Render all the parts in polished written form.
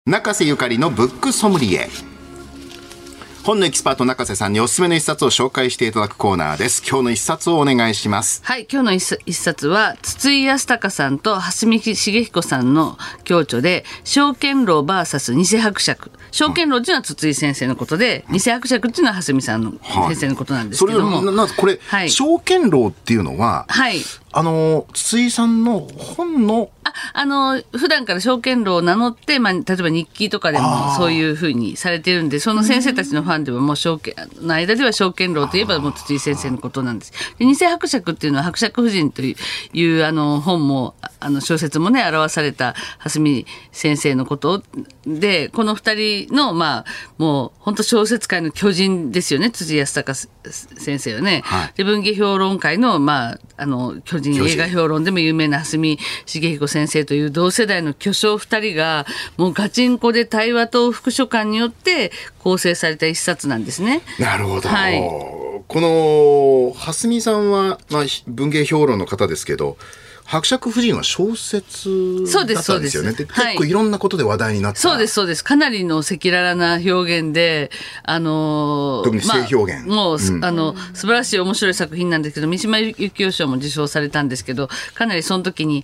中瀬ゆかりのブックソムリエ。本のエキスパート中瀬さんにおすすめの一冊を紹介していただくコーナーです。今日の一冊をお願いします。 はい、今日の一冊は筒井康隆さんと蓮見茂彦さんの共著で、証券楼 VS 偽伯爵。証券楼っていうのは筒井先生のことで、偽伯爵っていうのは蓮見さんの先生のことなんですけども、 それなこれ、はい、証券楼っていうのは、 はい、 筒井さんの本の普段から証券楼を名乗って、例えば日記とかでもそういうふうにされてるんで、その先生たちのファンではもう証券の間では証券楼といえばもう筒井先生のことなんです。で、偽伯爵っていうのは伯爵夫人という本も小説もね表された蓮見先生のことで、この二人のもう本当小説界の巨人ですよね、筒井康隆先生はね、はい、で文芸評論界の巨人、映画評論でも有名な蓮見茂彦先生という同世代の巨匠2人がもうガチンコで対話と副書簡によって構成された一冊なんですね。 なるほど、はい、この蓮見さんは、文芸評論の方ですけど、伯爵夫人は小説だったんですよね。結構いろんなことで話題になった。 そうですそうです。かなりの赤裸々な表現で、 特に性表現、 もう、素晴らしい面白い作品なんですけど、三島由紀夫賞も受賞されたんですけど、かなりその時に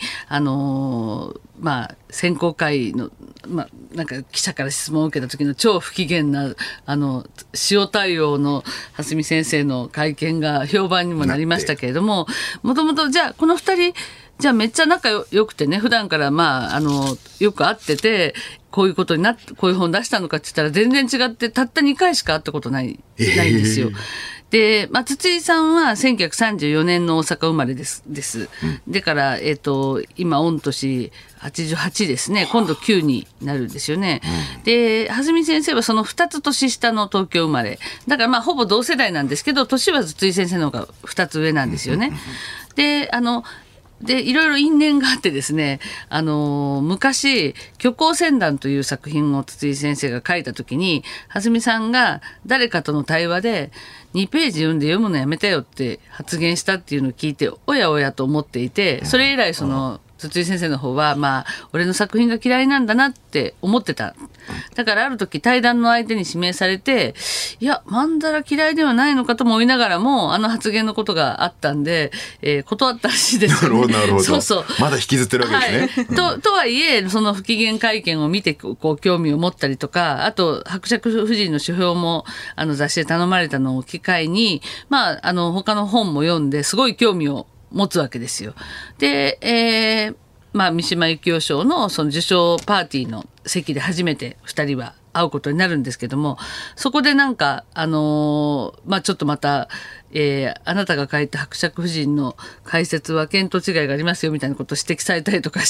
選考会のなんか記者から質問を受けた時の超不機嫌な塩対応の蓮見先生の会見が評判にもなりましたけれども、もともとじゃあこの2人じゃあめっちゃ仲良くてね、普段からよく会ってて、こういうことにこういう本出したのかって言ったら全然違って、たった2回しか会ったことないんですよ。で、筒井さんは1934年の大阪生まれです。だから、今、御年88ですね。今度9になるんですよね。で、蓮見先生はその2つ年下の東京生まれ。だからほぼ同世代なんですけど、年は筒井先生の方が2つ上なんですよね。で、いろいろ因縁があってですね、昔、虚構船団という作品を筒井先生が書いたときに、蓮見さんが誰かとの対話で、2ページ読んで読むのやめたよって発言したっていうのを聞いて、おやおやと思っていて、それ以来筒井先生の方は、俺の作品が嫌いなんだなって思ってた。だからある時対談の相手に指名されて、いや、まんざら嫌いではないのかとも思いながらも、発言のことがあったんで、断ったらしいですよね。 なるほど。 そうそう。 まだ引きずってるわけですね。 はい、とはいえ、その不機嫌会見を見て、興味を持ったりとか、あと、伯爵夫人の書評も、雑誌で頼まれたのを機会に、他の本も読んで、すごい興味を持つわけですよ。で、三島由紀夫賞のその受賞パーティーの席で初めて2人は会うことになるんですけども、そこでちょっとまた、あなたが書いた伯爵夫人の解説は見当違いがありますよみたいなことを指摘されたりとかして、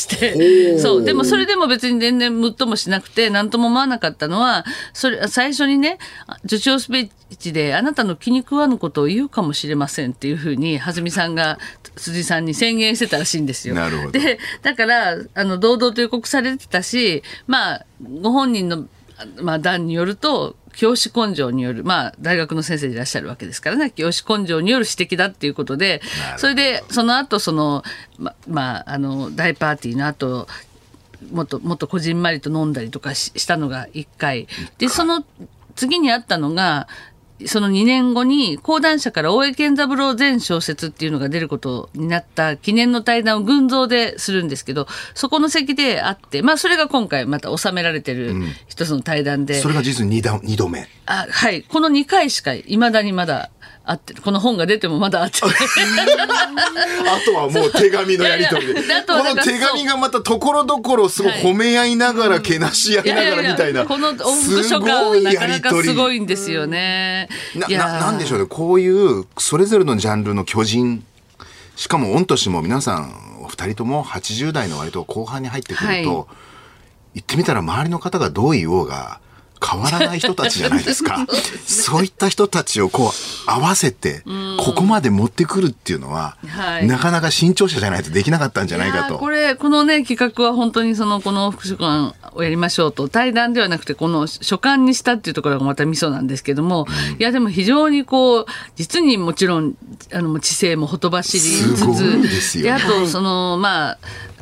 そう、でもそれでも別に全然ムッともしなくて、何とも思わなかったのは、最初にね、受賞スピーチであなたの気に食わぬことを言うかもしれませんっていうふうに蓮見さんが辻さんに宣言してたらしいんですよ。 なるほど。 で、だから堂々と予告されてたし、ご本人の談によると、教師根性による、大学の先生でいらっしゃるわけですからね、教師根性による指摘だっていうことで、それでその後大パーティーの後もっとこじんまりと飲んだりとかしたのが1回で、その次にあったのが、その2年後に講談社から大江健三郎全小説っていうのが出ることになった記念の対談を群像でするんですけど、そこの席であって、それが今回また収められてる一つの対談で、 それが実に2度目。 はい、この2回しかいまだにまだあって、この本が出てもまだあってあとはもう手紙のやり取りで、この手紙がまたところどころすごい褒め合いながら、けなし合いながらみたいな、 この往復書簡はなかなかすごいんですよね。 なんでしょうね、こういうそれぞれのジャンルの巨人、しかも御年も皆さんお二人とも80代の割と後半に入ってくると、言ってみたら周りの方がどう言おうが変わらない人たちじゃないですか。そういった人たちを合わせてここまで持ってくるっていうのは、なかなか新潮社じゃないとできなかったんじゃないかと。 このね企画は本当にこの副書簡をやりましょうと、対談ではなくてこの書簡にしたっていうところがまたミソなんですけども、いやでも非常に実にもちろん知性もほとばしりつつ、 すごいですよね。 であと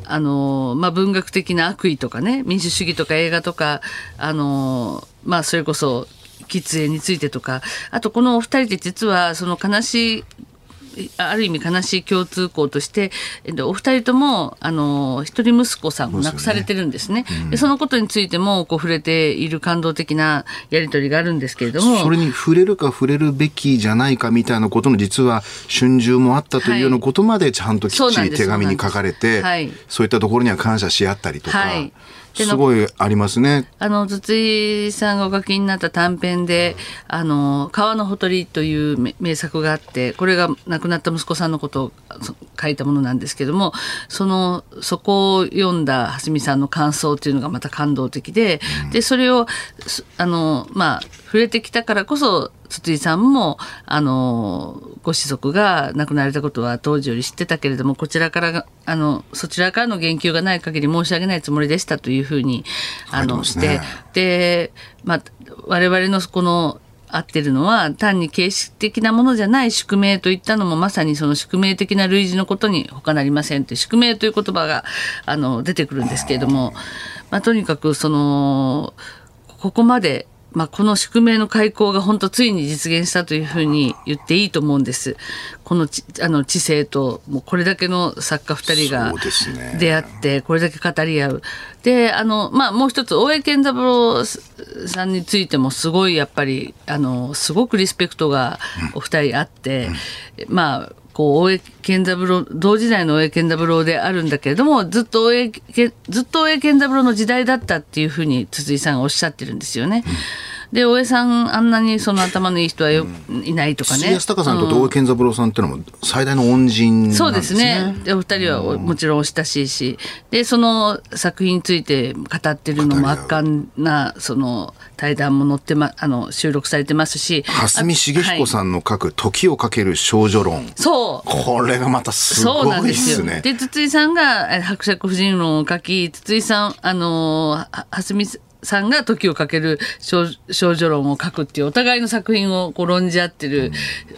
文学的な悪意とかね、民主主義とか映画とか、それこそ喫煙についてとか、あとこのお二人って実はその悲しい、ある意味悲しい共通項として、お二人とも一人息子さんを亡くされてるんですね。でそのことについてもこう触れている感動的なやり取りがあるんですけれども、 それに触れるか触れるべきじゃないかみたいなことの実は春秋もあったというようなことまでちゃんときっちり手紙に書かれて、そういったところには感謝し合ったりとか、すごいありますね。 筒井さんがお書きになった短編で「川のほとり」という名作があって、これが亡くなった息子さんのことを書いたものなんですけども、そこを読んだ蓮見さんの感想っていうのがまた感動的で、でそれを触れてきたからこそ筒井さんもご子息が亡くなられたことは当時より知ってたけれども、そちらからの言及がない限り申し訳ないつもりでしたというふうにで我々のこの合ってるのは単に形式的なものじゃない宿命といったのもまさにその宿命的な類似のことに他なりませんという宿命という言葉が出てくるんですけれども、とにかくここまでこの宿命の開口が本当ついに実現したというふうに言っていいと思うんです。この知性ともうこれだけの作家2人が出会ってこれだけ語り合う。でもう一つ大江健三郎さんについてもすごいやっぱりすごくリスペクトがお二人あって、大江健三郎、同時代の大江健三郎であるんだけれども、ずっと大江健三郎の時代だったっていうふうに筒井さんがおっしゃってるんですよね。で大江さんあんなにその頭のいい人はいないとかね。 筒井康隆さんと大江健三郎さんっていうのも最大の恩人なんですね。 そうですね。でお二人はもちろんお親しいし、でその作品について語ってるのも圧巻なその対談も載って収録されてますし、 蓮見茂彦さんの書く時をかける少女論、これがまたすごいですね。 で筒井さんが伯爵夫人論を書き、筒井さん蓮見さんが時をかける少女論を書くっていうお互いの作品を論じ合ってる、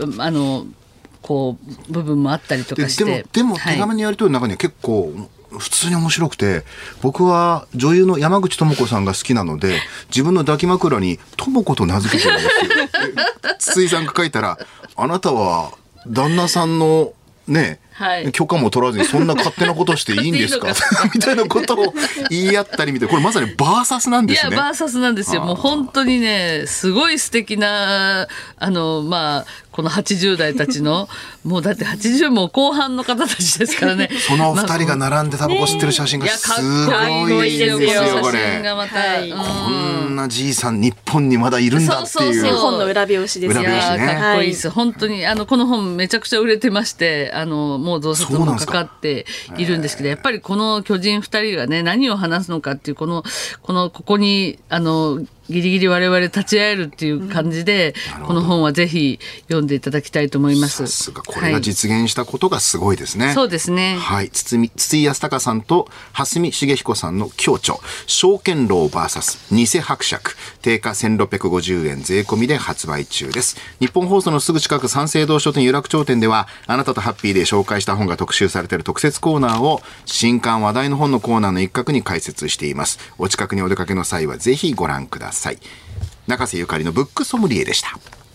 部分もあったりとかして、 でも手紙のやり取りの中には結構普通に面白くて、僕は女優の山口智子さんが好きなので自分の抱き枕に智子と名付けてるんですよ。筒井さんが書いたら、あなたは旦那さんのね、許可も取らずにそんな勝手なことしていいんですかみたいなことを言い合ったりみたいな、これまさにバーサスなんですね。 いやバーサスなんですよ。もう本当にね、すごい素敵なこの80代たちのもうだって80も後半の方たちですからね。 その2人が並んでタバコ吸ってる写真がすごいですよ。これこんなじいさん日本にまだいるんだっていう本の裏表紙ですよ。 かっこいいです。本当にこの本めちゃくちゃ売れてまして、もう増刷もかかっているんですけど、やっぱりこの巨人2人がね何を話すのかっていうここにギリギリ我々立ち会えるっていう感じで、この本はぜひ読んでいただきたいと思います。 さすがこれが実現したことがすごいですね。 そうですね。 はい、筒井康隆さんと蓮見茂彦さんの共著証券楼 VS 偽伯爵、定価1650円税込みで発売中です。日本放送のすぐ近く三省堂書店有楽町店では、あなたとハッピーで紹介した本が特集されている特設コーナーを新刊話題の本のコーナーの一角に開設しています。お近くにお出かけの際はぜひご覧ください。中瀬ゆかりのブックソムリエでした。